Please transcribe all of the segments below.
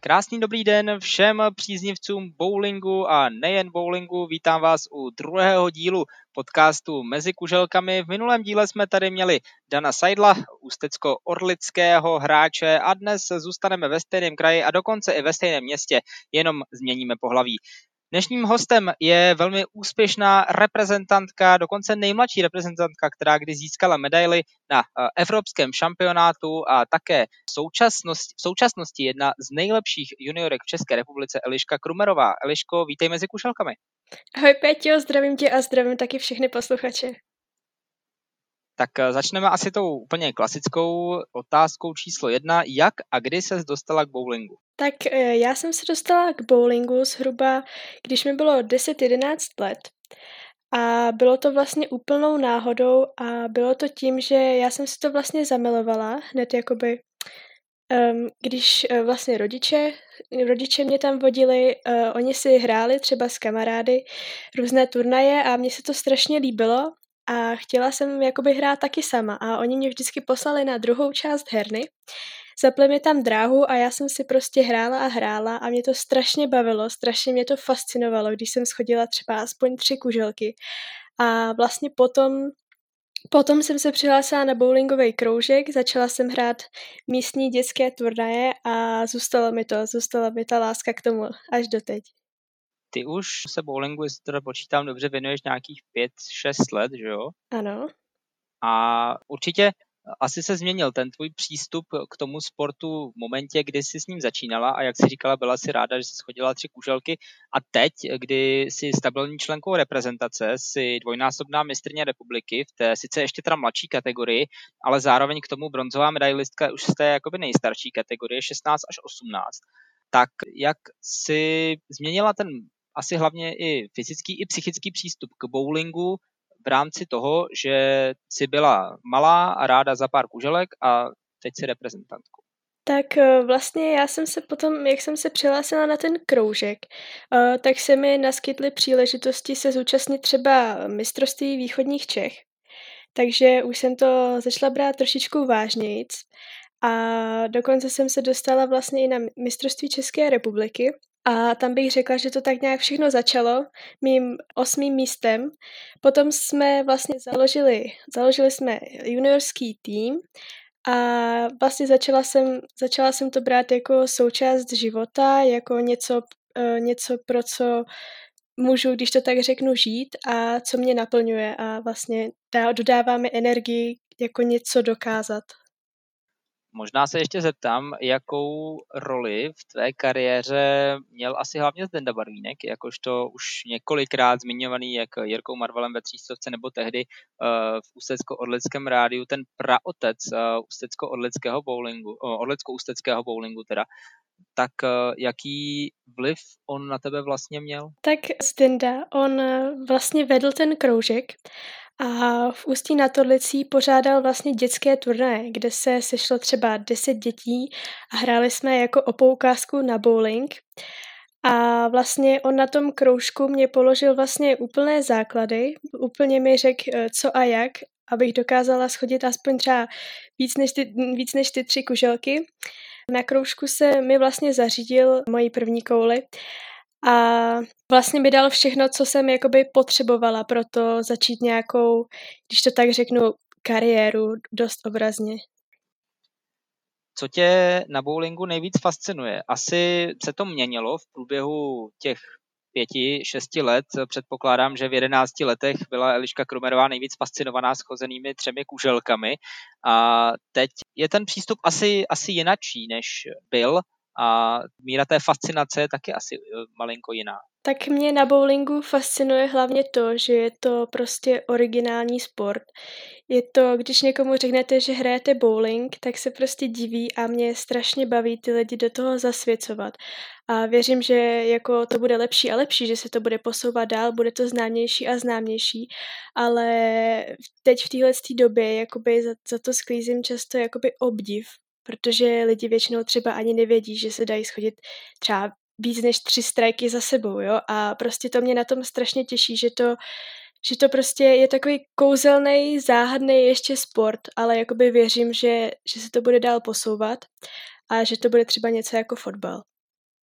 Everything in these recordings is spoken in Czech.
Krásný dobrý den všem příznivcům bowlingu a nejen bowlingu. Vítám vás u druhého dílu podcastu Mezi kuželkami. V minulém díle jsme tady měli Dana Seidla, ústecko-orlického hráče, a dnes zůstaneme ve stejném kraji a dokonce i ve stejném městě, jenom změníme pohlaví. Dnešním hostem je velmi úspěšná reprezentantka, dokonce nejmladší reprezentantka, která kdy získala medaili na evropském šampionátu a také v současnosti jedna z nejlepších juniorek v České republice, Eliška Krumerová. Eliško, vítej mezi kušelkami. Ahoj Péťo, zdravím tě a zdravím taky všechny posluchače. Tak začneme asi tou úplně klasickou otázkou číslo 1. Jak a kdy ses dostala k bowlingu? Tak já jsem se dostala k bowlingu zhruba, když mi bylo 10-11 let. A bylo to vlastně úplnou náhodou a bylo to tím, že já jsem si to vlastně zamilovala hned jakoby, když vlastně rodiče mě tam vodili, oni si hráli třeba s kamarády různé turnaje a mně se to strašně líbilo a chtěla jsem jakoby hrát taky sama a oni mě vždycky poslali na druhou část herny, zapli mi tam dráhu a já jsem si prostě hrála a mě to strašně bavilo, strašně mě to fascinovalo, když jsem schodila třeba aspoň 3 kuželky. A vlastně potom jsem se přihlásila na bowlingový kroužek, začala jsem hrát místní dětské turnaje a zůstala mi ta láska k tomu až doteď. Ty už se bowlingu, jestli to počítám dobře, věnuješ nějakých 5-6 let, že jo? Ano. A určitě asi se změnil ten tvůj přístup k tomu sportu v momentě, kdy jsi s ním začínala a jak jsi říkala, byla si ráda, že jsi schodila 3 kuželky a teď, kdy jsi stabilní členkou reprezentace, jsi dvojnásobná mistryně republiky v té sice ještě teda mladší kategorii, ale zároveň k tomu bronzová medailistka už z té jakoby nejstarší kategorie 16 až 18. Tak jak jsi změnila ten asi hlavně i fyzický, i psychický přístup k bowlingu v rámci toho, že jsi byla malá a ráda za pár kuželek a teď jsi reprezentantkou? Tak vlastně já jsem se potom, jak jsem se přihlásila na ten kroužek, tak se mi naskytly příležitosti se zúčastnit třeba mistrovství východních Čech. Takže už jsem to začala brát trošičku vážnějc a dokonce jsem se dostala vlastně i na mistrovství České republiky a tam bych řekla, že to tak nějak všechno začalo mým 8. místem. Potom jsme vlastně založili jsme juniorský tým a vlastně začala jsem to brát jako součást života, jako něco, pro co můžu, když to tak řeknu, žít a co mě naplňuje a vlastně dodává mi energii jako něco dokázat. Možná se ještě zeptám, jakou roli v tvé kariéře měl asi hlavně Zdenda Barvínek, jakožto už několikrát zmiňovaný jak Jirkou Marvalem ve Třístovce nebo tehdy v Ústecko-Orlickém rádiu ten praotec Ústecko-Orlického bowlingu, Orlicko-Ústeckého bowlingu teda. Tak jaký vliv on na tebe vlastně měl? Tak Zdenda, on vlastně vedl ten kroužek a v Ústí nad Orlicí pořádal vlastně dětské turnaje, kde se sešlo třeba 10 dětí a hráli jsme jako o poukázku na bowling. A vlastně on na tom kroužku mě položil vlastně úplné základy, úplně mi řekl, co a jak, abych dokázala schodit aspoň třeba víc než ty 3 kuželky. Na kroužku se mi vlastně zařídil moji první kouli a vlastně mi dal všechno, co jsem jakoby potřebovala pro to začít nějakou, když to tak řeknu, kariéru dost obrazně. Co tě na bowlingu nejvíc fascinuje? Asi se to měnilo v průběhu těch 5-6 let. Předpokládám, že v 11 letech byla Eliška Krumerová nejvíc fascinovaná schozenými 3 kuželkami a teď je ten přístup asi jinačí, než byl a míra té fascinace je taky asi malinko jiná. Tak mě na bowlingu fascinuje hlavně to, že je to prostě originální sport. Je to, když někomu řeknete, že hrajete bowling, tak se prostě diví a mě strašně baví ty lidi do toho zasvěcovat. A věřím, že jako to bude lepší a lepší, že se to bude posouvat dál, bude to známější a známější, ale teď v téhle době jakoby za to sklízím často jakoby obdiv, protože lidi většinou třeba ani nevědí, že se dají schodit třeba víc než 3 strajky za sebou, jo, a prostě to mě na tom strašně těší, že to prostě je takový kouzelnej, záhadnej ještě sport, ale jakoby věřím, že se to bude dál posouvat a že to bude třeba něco jako fotbal.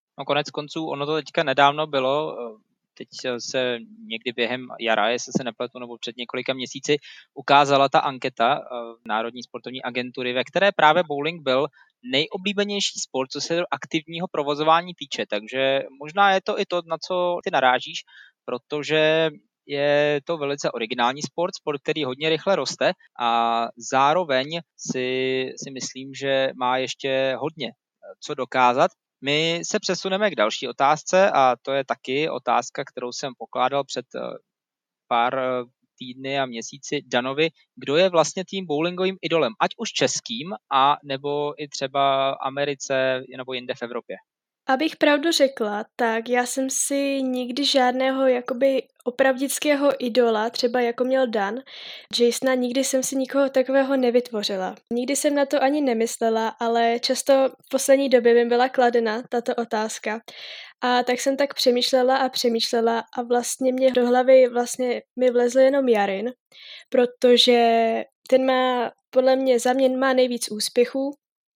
No konec konců, ono to teďka nedávno bylo, teď se někdy během jara, jestli se nepletu, nebo před několika měsíci, ukázala ta anketa Národní sportovní agentury, ve které právě bowling byl nejoblíbenější sport, co se aktivního provozování týče. Takže možná je to i to, na co ty narážíš, protože je to velice originální sport, který hodně rychle roste a zároveň si myslím, že má ještě hodně co dokázat. My se přesuneme k další otázce a to je taky otázka, kterou jsem pokládal před pár týdny a měsíci Danovi. Kdo je vlastně tím bowlingovým idolem, ať už českým, a nebo i třeba Americe nebo jinde v Evropě? Abych pravdu řekla, tak já jsem si nikdy žádného jakoby opravdického idola, třeba jako měl Dan, Jasona, nikdy jsem si nikoho takového nevytvořila. Nikdy jsem na to ani nemyslela, ale často v poslední době mi byla kladena tato otázka. A tak jsem tak přemýšlela a vlastně mě do hlavy vlastně mi vlezl jenom Jarin, protože ten má, podle mě, za mě má nejvíc úspěchů.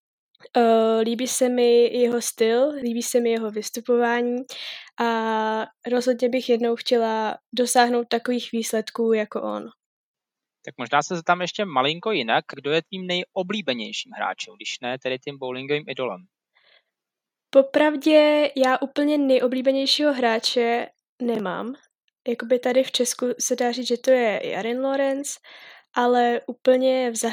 Líbí se mi jeho styl, líbí se mi jeho vystupování a rozhodně bych jednou chtěla dosáhnout takových výsledků jako on. Tak možná se zeptám ještě malinko jinak. Kdo je tím nejoblíbenějším hráčem, když ne tedy tím bowlingovým idolem? Popravdě já úplně nejoblíbenějšího hráče nemám. Jakoby tady v Česku se dá říct, že to je Jarin Lorenz, ale úplně v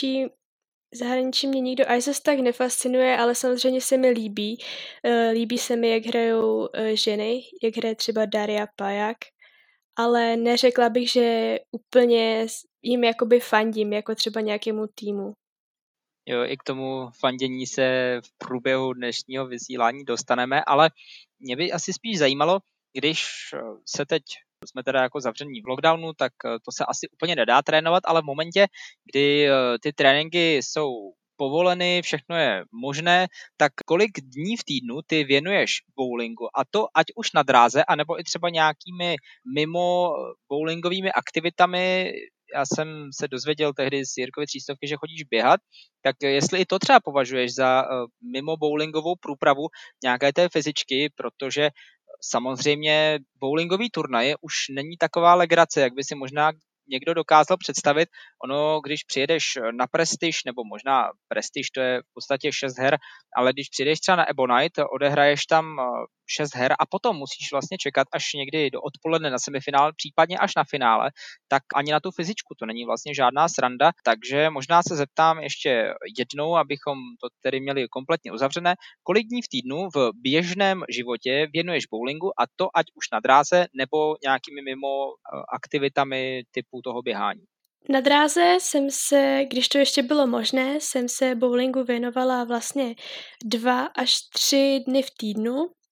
zahraničí mě nikdo až zas tak nefascinuje, ale samozřejmě se mi líbí. Líbí se mi, jak hrajou ženy, jak hraje třeba Daria Pajak, ale neřekla bych, že úplně jim jakoby fandím, jako třeba nějakému týmu. Jo, i k tomu fandění se v průběhu dnešního vysílání dostaneme, ale mě by asi spíš zajímalo, když se teď jsme teda jako zavření v lockdownu, tak to se asi úplně nedá trénovat, ale v momentě, kdy ty tréninky jsou povoleny, všechno je možné, tak kolik dní v týdnu ty věnuješ bowlingu, a to ať už na dráze, anebo i třeba nějakými mimo bowlingovými aktivitami. Já jsem se dozvěděl tehdy z Jirkovy Třístovky, že chodíš běhat, tak jestli i to třeba považuješ za mimo bowlingovou průpravu nějaké té fyzičky, protože samozřejmě bowlingový turnaj už není taková legrace, jak by si možná někdo dokázal představit. Ono, když přijedeš na prestiž, nebo možná prestiž, to je v podstatě 6 her, ale když přijedeš třeba na Ebonite, odehraješ tam 6 her a potom musíš vlastně čekat až někdy do odpoledne na semifinále, případně až na finále, tak ani na tu fyzičku to není vlastně žádná sranda, takže možná se zeptám ještě jednou, abychom to tedy měli kompletně uzavřené, kolik dní v týdnu v běžném životě věnuješ bowlingu, a to ať už na dráze nebo nějakými mimo aktivitami typu toho běhání. Na dráze jsem se, když to ještě bylo možné, jsem se bowlingu věnovala vlastně 2 až 3 dny v týdnu.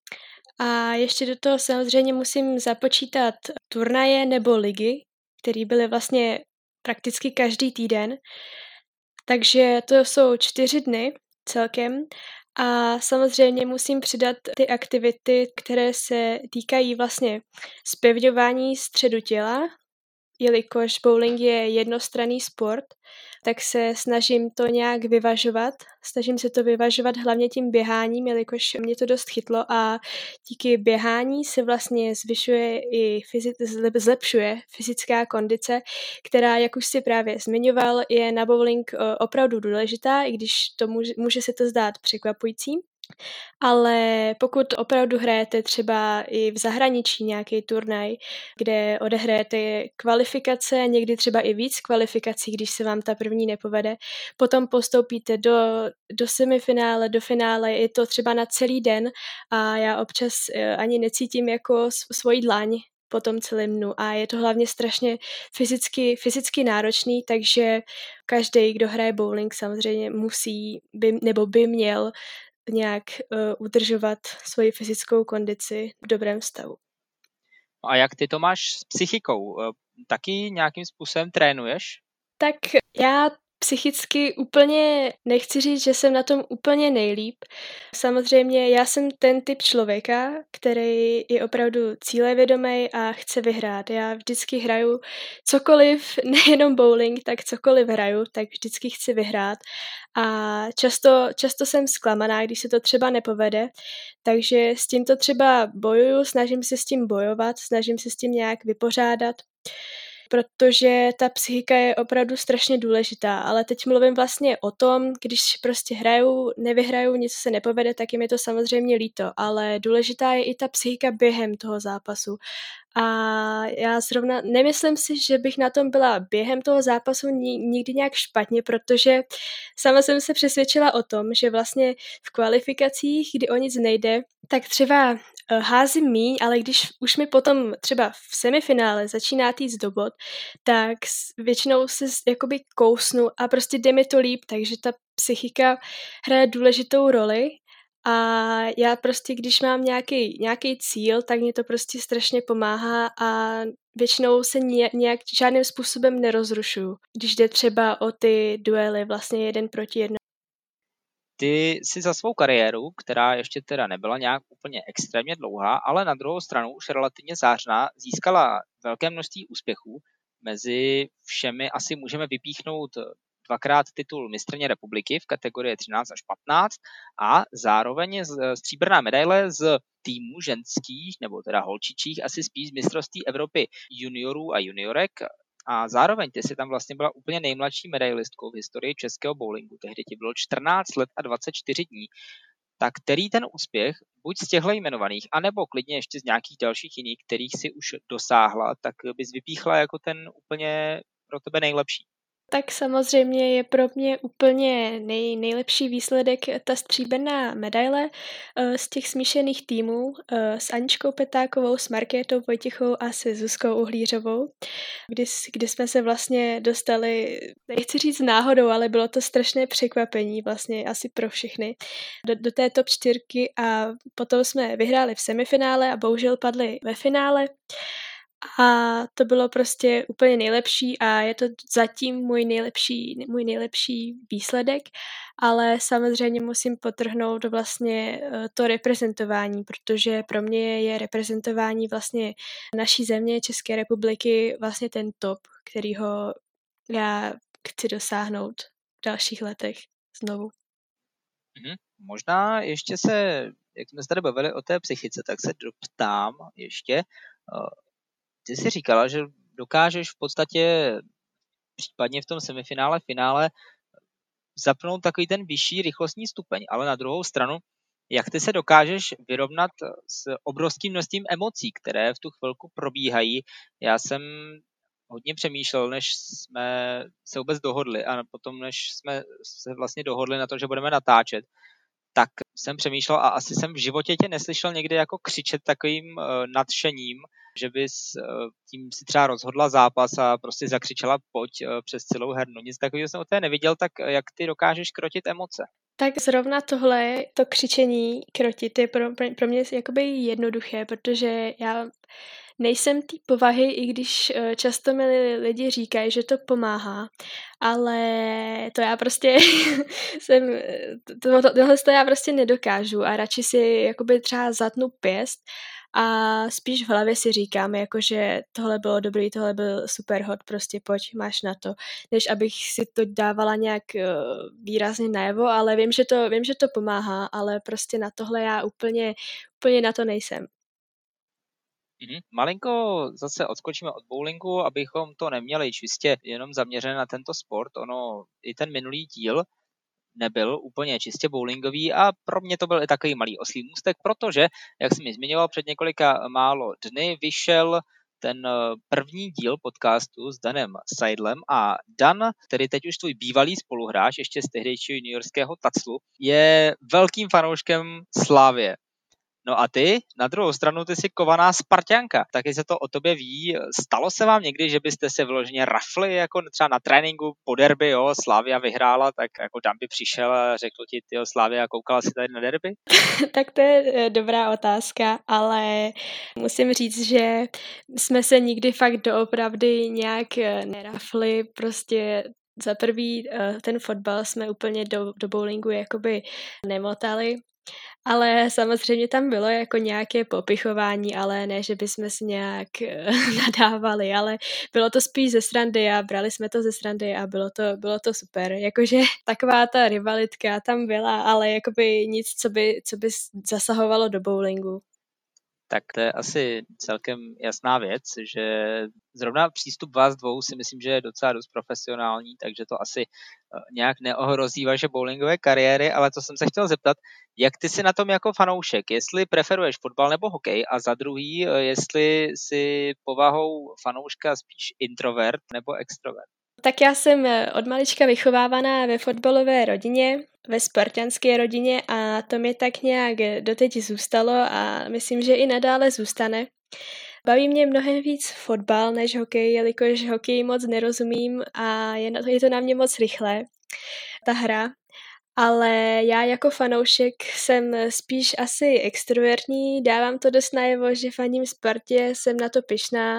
A ještě do toho samozřejmě musím započítat turnaje nebo ligy, které byly vlastně prakticky každý týden. Takže to jsou 4 dny celkem. A samozřejmě musím přidat ty aktivity, které se týkají vlastně zpevňování středu těla, jelikož bowling je jednostranný sport, tak se snažím to nějak vyvažovat. Snažím se to vyvažovat hlavně tím běháním, jelikož mě to dost chytlo a díky běhání se vlastně zvyšuje i zlepšuje fyzická kondice, která, jak už si právě zmiňoval, je na bowling opravdu důležitá, i když to může se to zdát překvapující. Ale pokud opravdu hrajete třeba i v zahraničí nějaký turnaj, kde odehrajete kvalifikace, někdy třeba i víc kvalifikací, když se vám ta první nepovede, potom postoupíte do semifinále, do finále, je to třeba na celý den a já občas ani necítím jako svoji dlaň po tom celém dnu a je to hlavně strašně fyzicky náročný, takže každý, kdo hraje bowling, samozřejmě by měl nějak udržovat svoji fyzickou kondici v dobrém stavu. A jak ty to máš s psychikou? Taky nějakým způsobem trénuješ? Tak já psychicky úplně nechci říct, že jsem na tom úplně nejlíp. Samozřejmě já jsem ten typ člověka, který je opravdu cílevědomý a chce vyhrát. Já vždycky hraju cokoliv, nejenom bowling, tak cokoliv hraju, tak vždycky chci vyhrát. A často jsem zklamaná, když se to třeba nepovede, takže s tímto třeba bojuju, snažím se s tím bojovat, snažím se s tím nějak vypořádat, protože ta psychika je opravdu strašně důležitá, ale teď mluvím vlastně o tom, když prostě hraju, nevyhraju, něco se nepovede, tak je mi to samozřejmě líto, ale důležitá je i ta psychika během toho zápasu. A já zrovna nemyslím si, že bych na tom byla během toho zápasu nikdy nějak špatně, protože sama jsem se přesvědčila o tom, že vlastně v kvalifikacích, kdy o nic nejde, tak třeba házím míň, ale když už mi potom třeba v semifinále začíná týct do bod, tak většinou se jakoby kousnu a prostě jde mi to líp, takže ta psychika hraje důležitou roli a já prostě, když mám nějaký cíl, tak mě to prostě strašně pomáhá a většinou se nějak žádným způsobem nerozrušuju, když jde třeba o ty duely vlastně 1 proti 1. Ty si za svou kariéru, která ještě teda nebyla nějak úplně extrémně dlouhá, ale na druhou stranu už relativně zářná, získala velké množství úspěchů. Mezi všemi asi můžeme vypíchnout dvakrát titul mistryně republiky v kategorii 13 až 15 a zároveň stříbrná medaile z týmu ženských, nebo teda holčičích, asi spíš z mistrovství Evropy juniorů a juniorek. A zároveň ty jsi tam vlastně byla úplně nejmladší medailistkou v historii českého bowlingu. Tehdy ti bylo 14 let a 24 dní. Tak který ten úspěch, buď z těchto jmenovaných, anebo klidně ještě z nějakých dalších jiných, kterých si už dosáhla, tak bys vypíchla jako ten úplně pro tebe nejlepší? Tak samozřejmě je pro mě úplně nejlepší výsledek ta stříbrná medaile z těch smíšených týmů s Aničkou Petákovou, s Markétou Vojtichovou a se Zuzkou Uhlířovou, kdy jsme se vlastně dostali, nechci říct náhodou, ale bylo to strašné překvapení vlastně asi pro všechny, do té top 4 a potom jsme vyhráli v semifinále a bohužel padli ve finále. A to bylo prostě úplně nejlepší a je to zatím můj nejlepší výsledek, ale samozřejmě musím podtrhnout vlastně to reprezentování, protože pro mě je reprezentování vlastně naší země, České republiky, vlastně ten top, kterýho já chci dosáhnout v dalších letech znovu. Možná ještě jak jsme se tady bavili o té psychice, tak se doptám ještě. Ty jsi říkala, že dokážeš v podstatě případně v tom semifinále, finále zapnout takový ten vyšší rychlostní stupeň, ale na druhou stranu, jak ty se dokážeš vyrovnat s obrovským množstvím emocí, které v tu chvilku probíhají. Já jsem hodně přemýšlel, než jsme se vůbec dohodli a potom, než jsme se vlastně dohodli na to, že budeme natáčet, tak jsem přemýšlel a asi jsem v životě tě neslyšel někdy jako křičet takovým nadšením, že bys tím si třeba rozhodla zápas a prostě zakřičela pojď přes celou hernu. Nic takového jsem od té neviděl, tak jak ty dokážeš krotit emoce? Tak zrovna tohle, to křičení, krotit je pro mě jakoby jednoduché, protože já nejsem té povahy, i když často mi lidi říkají, že to pomáhá, ale to já prostě tohle to já prostě nedokážu a radši si jakoby třeba zatnu pěst a spíš v hlavě si říkám, jakože tohle bylo dobrý, tohle byl super hod, prostě pojď, máš na to, než abych si to dávala nějak výrazně najevo, ale vím, že to pomáhá, ale prostě na tohle já úplně na to nejsem. Malinko zase odskočíme od bowlingu, abychom to neměli čistě jenom zaměřené na tento sport. Ono i ten minulý díl nebyl úplně čistě bowlingový a pro mě to byl i takový malý oslí můstek, protože, jak jsem mi zmiňoval před několika málo dny, vyšel ten první díl podcastu s Danem Seidlem a Dan, který teď už tvůj bývalý spoluhráč, ještě z tehdejšího juniorského Taclu, je velkým fanouškem Slavie. No a ty, na druhou stranu, ty jsi kovaná Sparťanka. Taky se to o tobě ví. Stalo se vám někdy, že byste se vyloženě rafli, jako třeba na tréninku po derby, jo, Slavia vyhrála, tak jako Dan by přišel a řekl ti, tyjo, Slavia, koukala si tady na derby? Tak to je dobrá otázka, ale musím říct, že jsme se nikdy fakt doopravdy nějak nerafli, prostě Za prvý ten fotbal jsme úplně do bowlingu jakoby nemotali, ale samozřejmě tam bylo jako nějaké popichování, ale ne, že bychom si nějak nadávali, ale bylo to spíš ze srandy a brali jsme to ze srandy a bylo to super. Jakože taková ta rivalitka tam byla, ale jakoby nic, co by zasahovalo do bowlingu. Tak to je asi celkem jasná věc, že zrovna přístup vás dvou si myslím, že je docela dost profesionální, takže to asi nějak neohrozí vaše bowlingové kariéry, ale to jsem se chtěl zeptat, jak ty si na tom jako fanoušek, jestli preferuješ fotbal nebo hokej a za druhý, jestli si povahou fanouška spíš introvert nebo extrovert. Tak já jsem od malička vychovávaná ve fotbalové rodině, ve spartanské rodině a to mi tak nějak doteď zůstalo a myslím, že i nadále zůstane. Baví mě mnohem víc fotbal než hokej, jelikož hokej moc nerozumím a je to na mě moc rychlé, ta hra. Ale já jako fanoušek jsem spíš asi extrovertní, dávám to dost najevo, že faním Spartě, jsem na to pyšná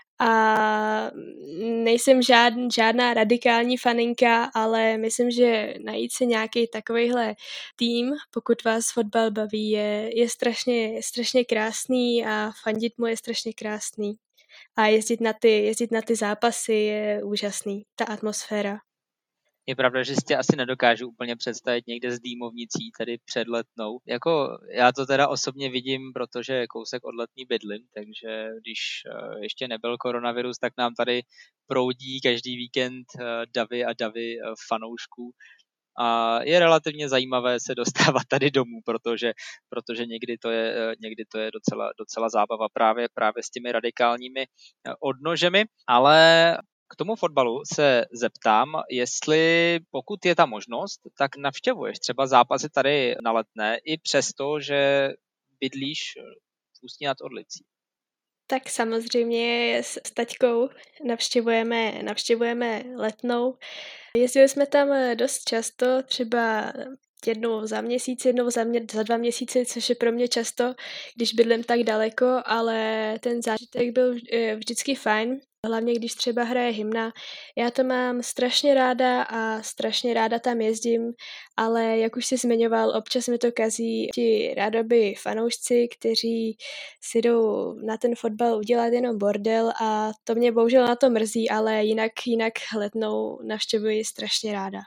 a nejsem žádná radikální faninka, ale myslím, že najít si nějaký takovejhle tým, pokud vás fotbal baví, je strašně krásný a fandit mu je strašně krásný. A jezdit na ty zápasy je úžasný, ta atmosféra. Je pravda, že si tě asi nedokážu úplně představit někde s dýmovnicí tady před Letnou. Jako já to teda osobně vidím, protože kousek od Letný bydlím, takže když ještě nebyl koronavirus, tak nám tady proudí každý víkend davy a davy fanoušků. A je relativně zajímavé se dostávat tady domů, protože někdy to je docela zábava právě s těmi radikálními odnožemi, ale k tomu fotbalu se zeptám, jestli pokud je ta možnost, tak navštěvuješ třeba zápasy tady na Letné i přesto, že bydlíš v Ústí nad Orlicí. Tak samozřejmě s taťkou navštěvujeme Letnou. Jezdili jsme tam dost často, třeba jednou za měsíc, za 2 měsíce, což je pro mě často, když bydlím tak daleko, ale ten zážitek byl vždycky fajn. Hlavně když třeba hraje hymna. Já to mám strašně ráda a strašně ráda tam jezdím, ale jak už jsi zmiňoval, občas mi to kazí ti rádoby fanoušci, kteří si jdou na ten fotbal udělat jenom bordel a to mě bohužel na to mrzí, ale jinak Letnou navštěvuji strašně ráda.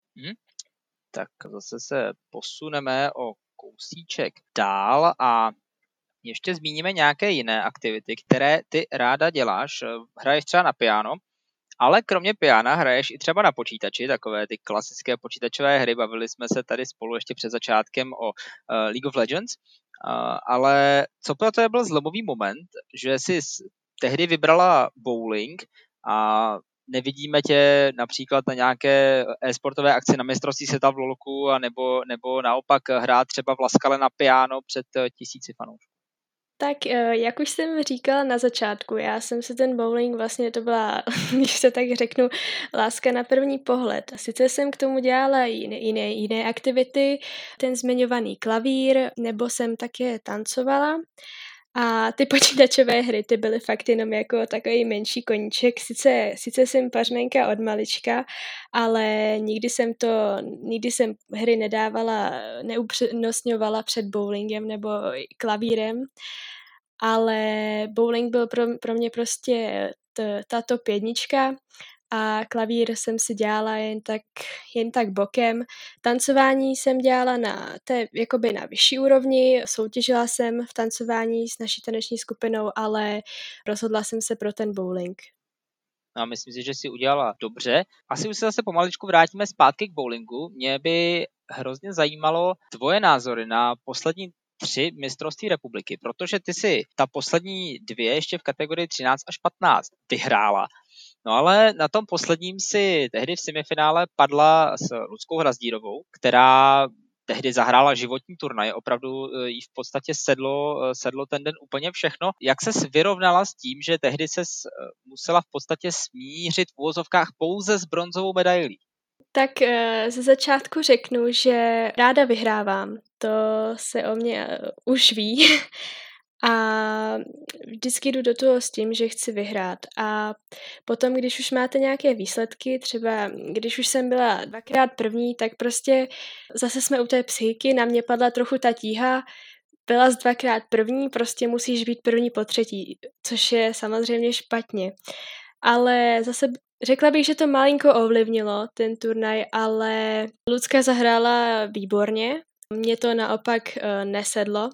Tak zase se posuneme o kousíček dál a ještě zmíníme nějaké jiné aktivity, které ty ráda děláš. Hraješ třeba na piano, ale kromě piana hraješ i třeba na počítači, takové ty klasické počítačové hry. Bavili jsme se tady spolu ještě před začátkem o League of Legends, ale co pro to byl zlomový moment, že jsi tehdy vybrala bowling a nevidíme tě například na nějaké e-sportové akci na mistrovství světa v LoLku a nebo naopak hrát třeba v Laskale na piano před 1000 fanoušků. Tak jak už jsem říkala na začátku, já jsem si ten bowling vlastně to byla, když se tak řeknu, láska na první pohled. Sice jsem k tomu dělala jiné aktivity, ten zmiňovaný klavír, nebo jsem také tancovala. A ty počítačové hry, ty byly fakt jenom jako takový menší koníček. Sice jsem pařmenka od malička, ale nikdy jsem hry neupřednostňovala před bowlingem nebo klavírem. Ale bowling byl pro mě prostě ta top 1 a klavír jsem si dělala jen tak bokem. Tancování jsem dělala jakoby na vyšší úrovni, soutěžila jsem v tancování s naší taneční skupinou, ale rozhodla jsem se pro ten bowling. A myslím si, že si udělala dobře. Asi už se zase pomaličku vrátíme zpátky k bowlingu. Mě by hrozně zajímalo tvoje názory na poslední 3 mistrovství republiky, protože ty si ta poslední 2 ještě v kategorii 13 až 15 vyhrála. No ale na tom posledním si tehdy v semifinále padla s Luckou Hrazdírovou, která tehdy zahrála životní turnaj, opravdu jí v podstatě sedlo ten den úplně všechno. Jak ses vyrovnala s tím, že tehdy ses musela v podstatě smířit v uvozovkách pouze s bronzovou medailí? Tak ze začátku řeknu, že ráda vyhrávám. To se o mě už ví. A vždycky jdu do toho s tím, že chci vyhrát. A potom, když už máte nějaké výsledky, třeba když už jsem byla 2krát první, tak prostě zase jsme u té psychiky, na mě padla trochu ta tíha, byla jsi 2krát první, prostě musíš být první po třetí, což je samozřejmě špatně. Ale zase řekla bych, že to malinko ovlivnilo ten turnaj, ale Lucka zahrála výborně, mně to naopak nesedlo.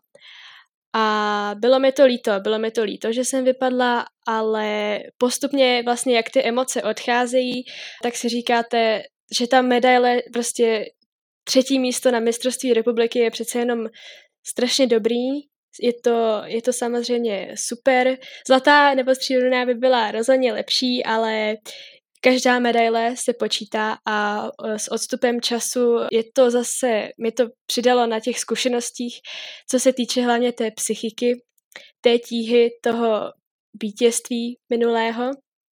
A bylo mi to líto, že jsem vypadla, ale postupně vlastně, jak ty emoce odcházejí, tak si říkáte, že ta medaile, prostě 3. místo na mistrovství republiky je přece jenom strašně dobrý. Je to samozřejmě super. Zlatá nebo stříbrná by byla rozhodně lepší, ale každá medaile se počítá a s odstupem času mě to přidalo na těch zkušenostích, co se týče hlavně té psychiky, té tíhy, toho vítězství minulého.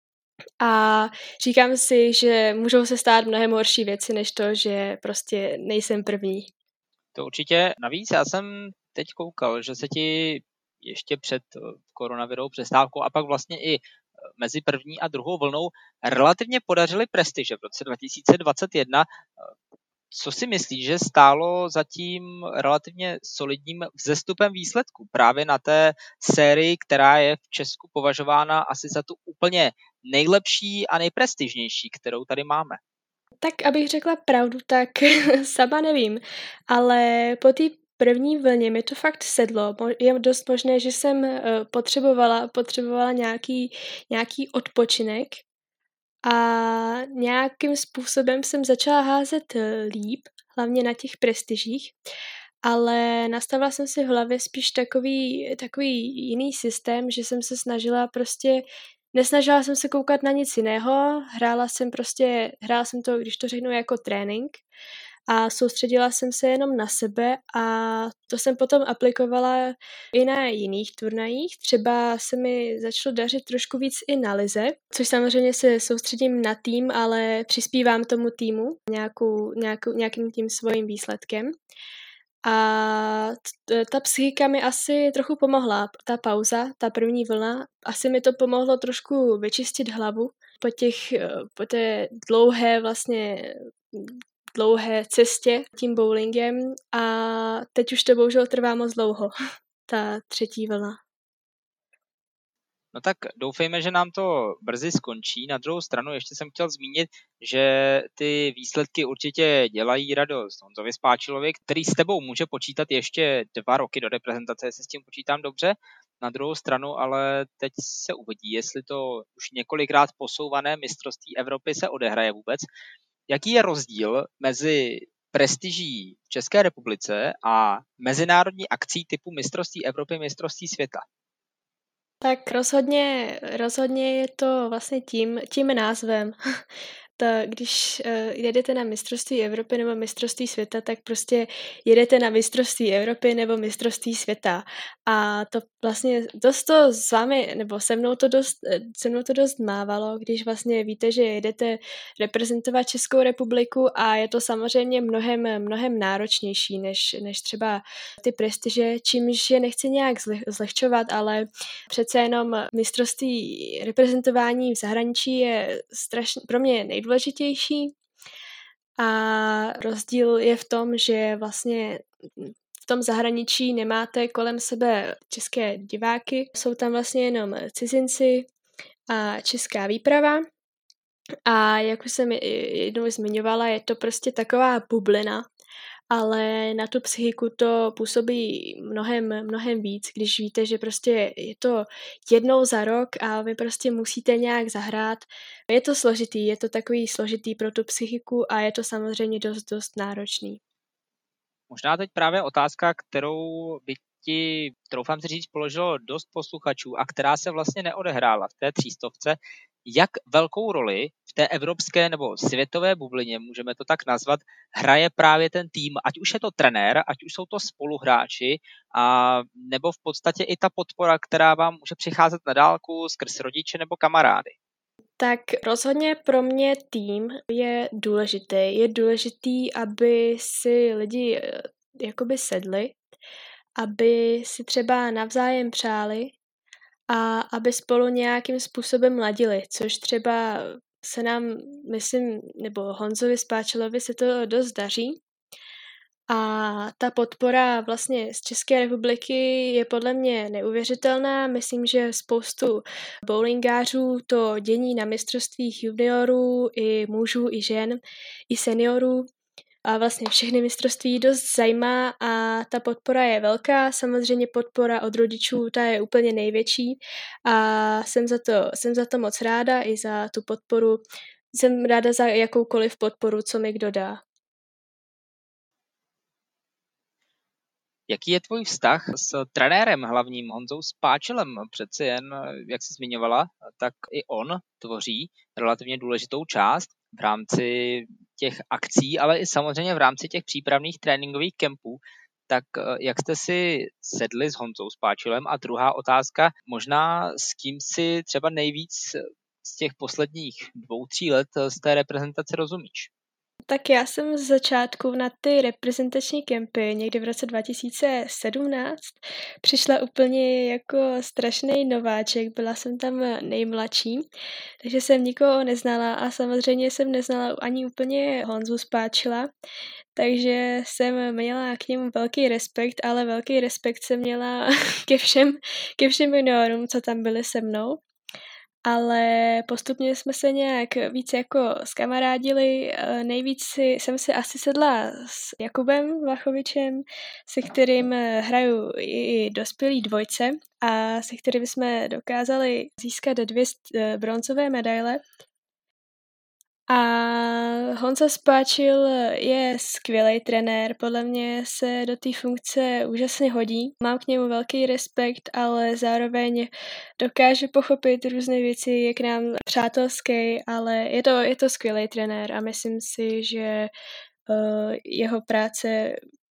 A říkám si, že můžou se stát mnohem horší věci, než to, že prostě nejsem první. To určitě. Navíc já jsem teď koukal, že se ti ještě před koronavirovou přestávkou a pak vlastně i mezi první a druhou vlnou relativně podařily prestiže v roce 2021. Co si myslíš, že stálo za tím relativně solidním vzestupem výsledku právě na té sérii, která je v Česku považována asi za tu úplně nejlepší a nejprestižnější, kterou tady máme? Tak abych řekla pravdu, tak sama nevím, ale po té první vlně mi to fakt sedlo. Je dost možné, že jsem potřebovala nějaký odpočinek a nějakým způsobem jsem začala házet líp, hlavně na těch prestižích, ale nastavila jsem si v hlavě spíš takový jiný systém, že jsem se nesnažila jsem se koukat na nic jiného, hrála jsem to, když to řeknu, jako trénink a soustředila jsem se jenom na sebe a to jsem potom aplikovala i na jiných turnajích. Třeba se mi začalo dařit trošku víc i na lize, což samozřejmě se soustředím na tým, ale přispívám tomu týmu nějakým tím svým výsledkem. A ta psychika mi asi trochu pomohla, ta pauza, ta první vlna, asi mi to pomohlo trošku vyčistit hlavu po té dlouhé cestě tím bowlingem a teď už to bohužel trvá moc dlouho, ta 3. vlna. No tak doufejme, že nám to brzy skončí. Na druhou stranu ještě jsem chtěl zmínit, že ty výsledky určitě dělají radost Honzovi Spáčilovi, který s tebou může počítat ještě 2 roky do reprezentace, jestli s tím počítám dobře. Na druhou stranu ale teď se uvidí, jestli to už několikrát posouvané mistrovství Evropy se odehraje vůbec. Jaký je rozdíl mezi prestiží v České republice a mezinárodní akcí typu mistrovství Evropy, mistrovství světa? Tak rozhodně je to vlastně tím názvem. Když jedete na mistrovství Evropy nebo mistrovství světa, tak prostě jedete na mistrovství Evropy nebo mistrovství světa. A to vlastně dost to s vámi, nebo se mnou to dost mávalo, když vlastně víte, že jedete reprezentovat Českou republiku a je to samozřejmě mnohem náročnější než třeba ty prestiže, čímž je nechci nějak zlehčovat, ale přece jenom mistrovství reprezentování v zahraničí je strašně pro mě nejdůležitější a rozdíl je v tom, že vlastně v tom zahraničí nemáte kolem sebe české diváky, jsou tam vlastně jenom cizinci a česká výprava a jak už jsem jednou zmiňovala, je to prostě taková bublina, ale na tu psychiku to působí mnohem víc, když víte, že prostě je to jednou za rok a vy prostě musíte nějak zahrát. Je to složitý, je to takový složitý pro tu psychiku a je to samozřejmě dost náročný. Možná teď právě otázka, kterou by ti, troufám si říct, položilo dost posluchačů a která se vlastně neodehrála v té 300. Jak velkou roli v té evropské nebo světové bublině, můžeme to tak nazvat, hraje právě ten tým, ať už je to trenér, ať už jsou to spoluhráči, a nebo v podstatě i ta podpora, která vám může přicházet na dálku skrz rodiče nebo kamarády? Tak rozhodně pro mě tým je důležitý. Je důležitý, aby si lidi jakoby sedli aby si třeba navzájem přáli a aby spolu nějakým způsobem ladili, což třeba se nám, myslím, nebo Honzovi Spáčilovi se to dost daří. A ta podpora vlastně z České republiky je podle mě neuvěřitelná. Myslím, že spoustu bowlingářů to dění na mistrovstvích juniorů, i mužů, i žen, i seniorů. A vlastně všechny mistrovství dost zajímá a ta podpora je velká. Samozřejmě podpora od rodičů, ta je úplně největší a jsem za to moc ráda i za tu podporu. Jsem ráda za jakoukoliv podporu, co mi kdo dá. Jaký je tvůj vztah s trenérem hlavním Honzou Spáčilem? Přeci jen, jak jsi zmiňovala, tak i on tvoří relativně důležitou část v rámci těch akcí, ale i samozřejmě v rámci těch přípravných tréninkových kempů. Tak jak jste si sedli s Honzou Spáčilem? A druhá otázka, možná s kým si třeba nejvíc z těch posledních 2-3 let z té reprezentace rozumíš? Tak já jsem z začátku na ty reprezentační kempy někdy v roce 2017 přišla úplně jako strašný nováček, byla jsem tam nejmladší, takže jsem nikoho neznala a samozřejmě jsem neznala ani úplně Honzu Spáčila, takže jsem měla k němu velký respekt, ale velký respekt jsem měla ke všem juniorům, co tam byli se mnou. Ale postupně jsme se nějak víc jako zkamarádili. Nejvíc jsem si asi sedla s Jakubem Vlachovičem, se kterým hraju i dospělí dvojce a se kterým jsme dokázali získat 2 bronzové medaile. A Honza Spáčil je skvělý trenér, podle mě se do té funkce úžasně hodí. Mám k němu velký respekt, ale zároveň dokáže pochopit různé věci, je k nám přátelský, ale je to skvělý trenér a myslím si, že jeho práce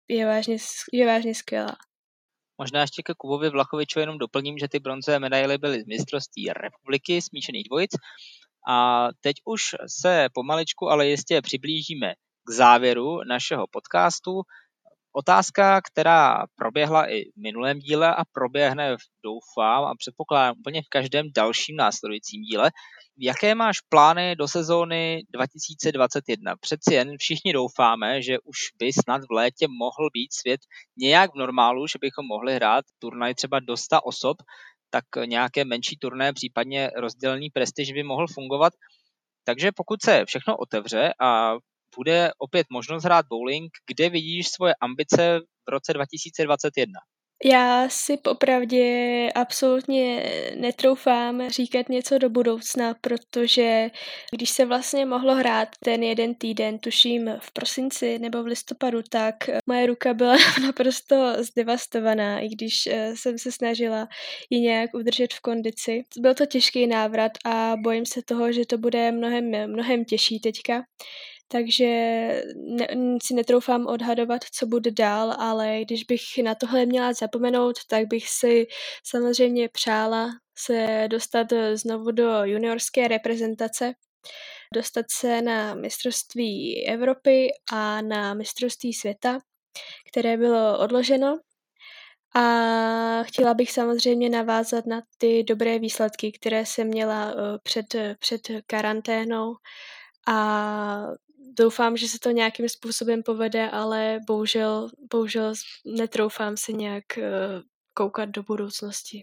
je vážně skvělá. Možná ještě ke Kubovi Vlachovičovi jenom doplním, že ty bronzové medaily byly z mistrovství republiky smíšených dvojic. A teď už se pomaličku, ale jistě přiblížíme k závěru našeho podcastu. Otázka, která proběhla i v minulém díle a proběhne, doufám a předpokládám úplně v každém dalším následujícím díle. Jaké máš plány do sezóny 2021? Přeci jen všichni doufáme, že už by snad v létě mohl být svět nějak v normálu, že bychom mohli hrát turnaj třeba do 100 osob, tak nějaké menší turné, případně rozdělený prestiž by mohl fungovat. Takže pokud se všechno otevře a bude opět možnost hrát bowling, kde vidíš svoje ambice v roce 2021? Já si popravdě absolutně netroufám říkat něco do budoucna, protože když se vlastně mohlo hrát ten jeden týden, tuším v prosinci nebo v listopadu, tak moje ruka byla naprosto zdevastovaná, i když jsem se snažila ji nějak udržet v kondici. Byl to těžký návrat a bojím se toho, že to bude mnohem těžší teďka. Takže si netroufám odhadovat, co bude dál, ale když bych na tohle měla zapomenout, tak bych si samozřejmě přála se dostat znovu do juniorské reprezentace, dostat se na mistrovství Evropy a na mistrovství světa, které bylo odloženo. A chtěla bych samozřejmě navázat na ty dobré výsledky, které jsem měla před karanténou a doufám, že se to nějakým způsobem povede, ale bohužel netroufám se nějak koukat do budoucnosti.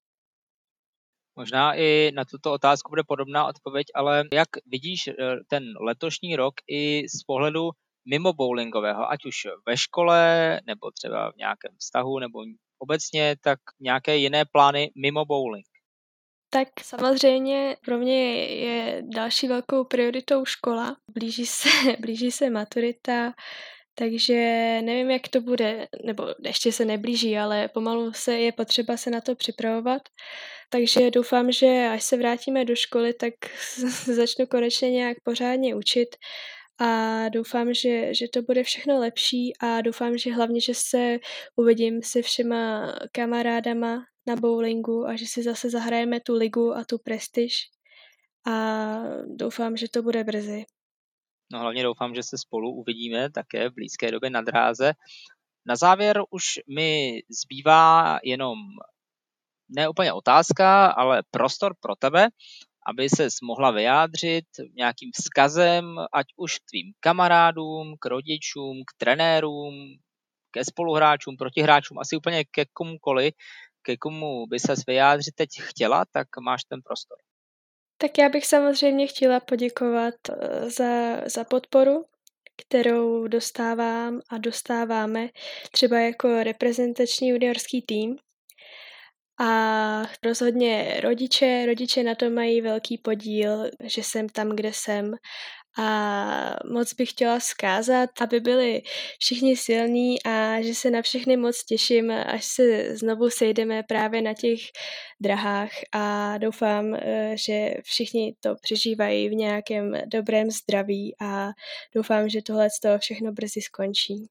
Možná i na tuto otázku bude podobná odpověď, ale jak vidíš ten letošní rok i z pohledu mimo bowlingového, ať už ve škole, nebo třeba v nějakém vztahu, nebo obecně, tak nějaké jiné plány mimo bowling? Tak samozřejmě pro mě je další velkou prioritou škola. Blíží se maturita, takže nevím, jak to bude, nebo ještě se neblíží, ale pomalu je potřeba se na to připravovat. Takže doufám, že až se vrátíme do školy, tak začnu konečně nějak pořádně učit a doufám, že to bude všechno lepší a doufám, že hlavně, že se uvidím se všema kamarádama na bowlingu a že si zase zahrajeme tu ligu a tu prestiž a doufám, že to bude brzy. No hlavně doufám, že se spolu uvidíme také v blízké době na dráze. Na závěr už mi zbývá jenom ne úplně otázka, ale prostor pro tebe, aby ses mohla vyjádřit nějakým vzkazem, ať už k tvým kamarádům, k rodičům, k trenérům, ke spoluhráčům, protihráčům, asi úplně ke komukoli, ke komu by ses vyjádřit teď chtěla, tak máš ten prostor. Tak já bych samozřejmě chtěla poděkovat za podporu, kterou dostávám a dostáváme třeba jako reprezentační juniorský tým. A rozhodně rodiče na tom mají velký podíl, že jsem tam, kde jsem. A moc bych chtěla vzkázat, aby byli všichni silní a že se na všechny moc těším, až se znovu sejdeme právě na těch drahách a doufám, že všichni to přežívají v nějakém dobrém zdraví a doufám, že tohle všechno brzy skončí.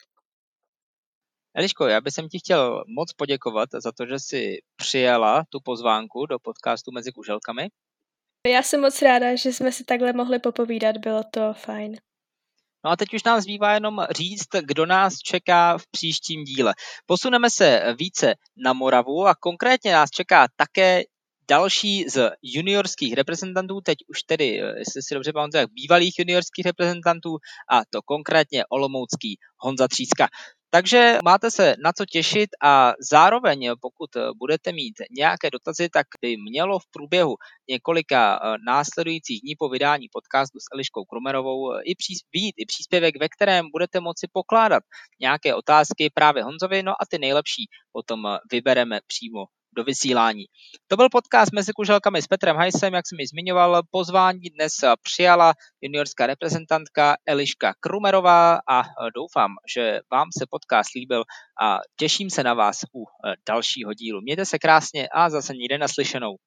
Eliško, já bych ti chtěl moc poděkovat za to, že jsi přijala tu pozvánku do podcastu Mezi kuželkami. Já jsem moc ráda, že jsme si takhle mohli popovídat, bylo to fajn. No a teď už nám zbývá jenom říct, kdo nás čeká v příštím díle. Posuneme se více na Moravu a konkrétně nás čeká také další z juniorských reprezentantů, teď už tedy, jestli si dobře pamatuju, bývalých juniorských reprezentantů, a to konkrétně olomoucký Honza Tříska. Takže máte se na co těšit a zároveň, pokud budete mít nějaké dotazy, tak by mělo v průběhu několika následujících dní po vydání podcastu s Eliškou Krumerovou vyjít i příspěvek, ve kterém budete moci pokládat nějaké otázky právě Honzovi, no a ty nejlepší potom vybereme přímo do vysílání. To byl podcast Mezi kuželkami s Petrem Hajsem, jak jsem ji zmiňoval. Pozvání dnes přijala juniorská reprezentantka Eliška Krumerová a doufám, že vám se podcast líbil a těším se na vás u dalšího dílu. Mějte se krásně a zase někde naslyšenou.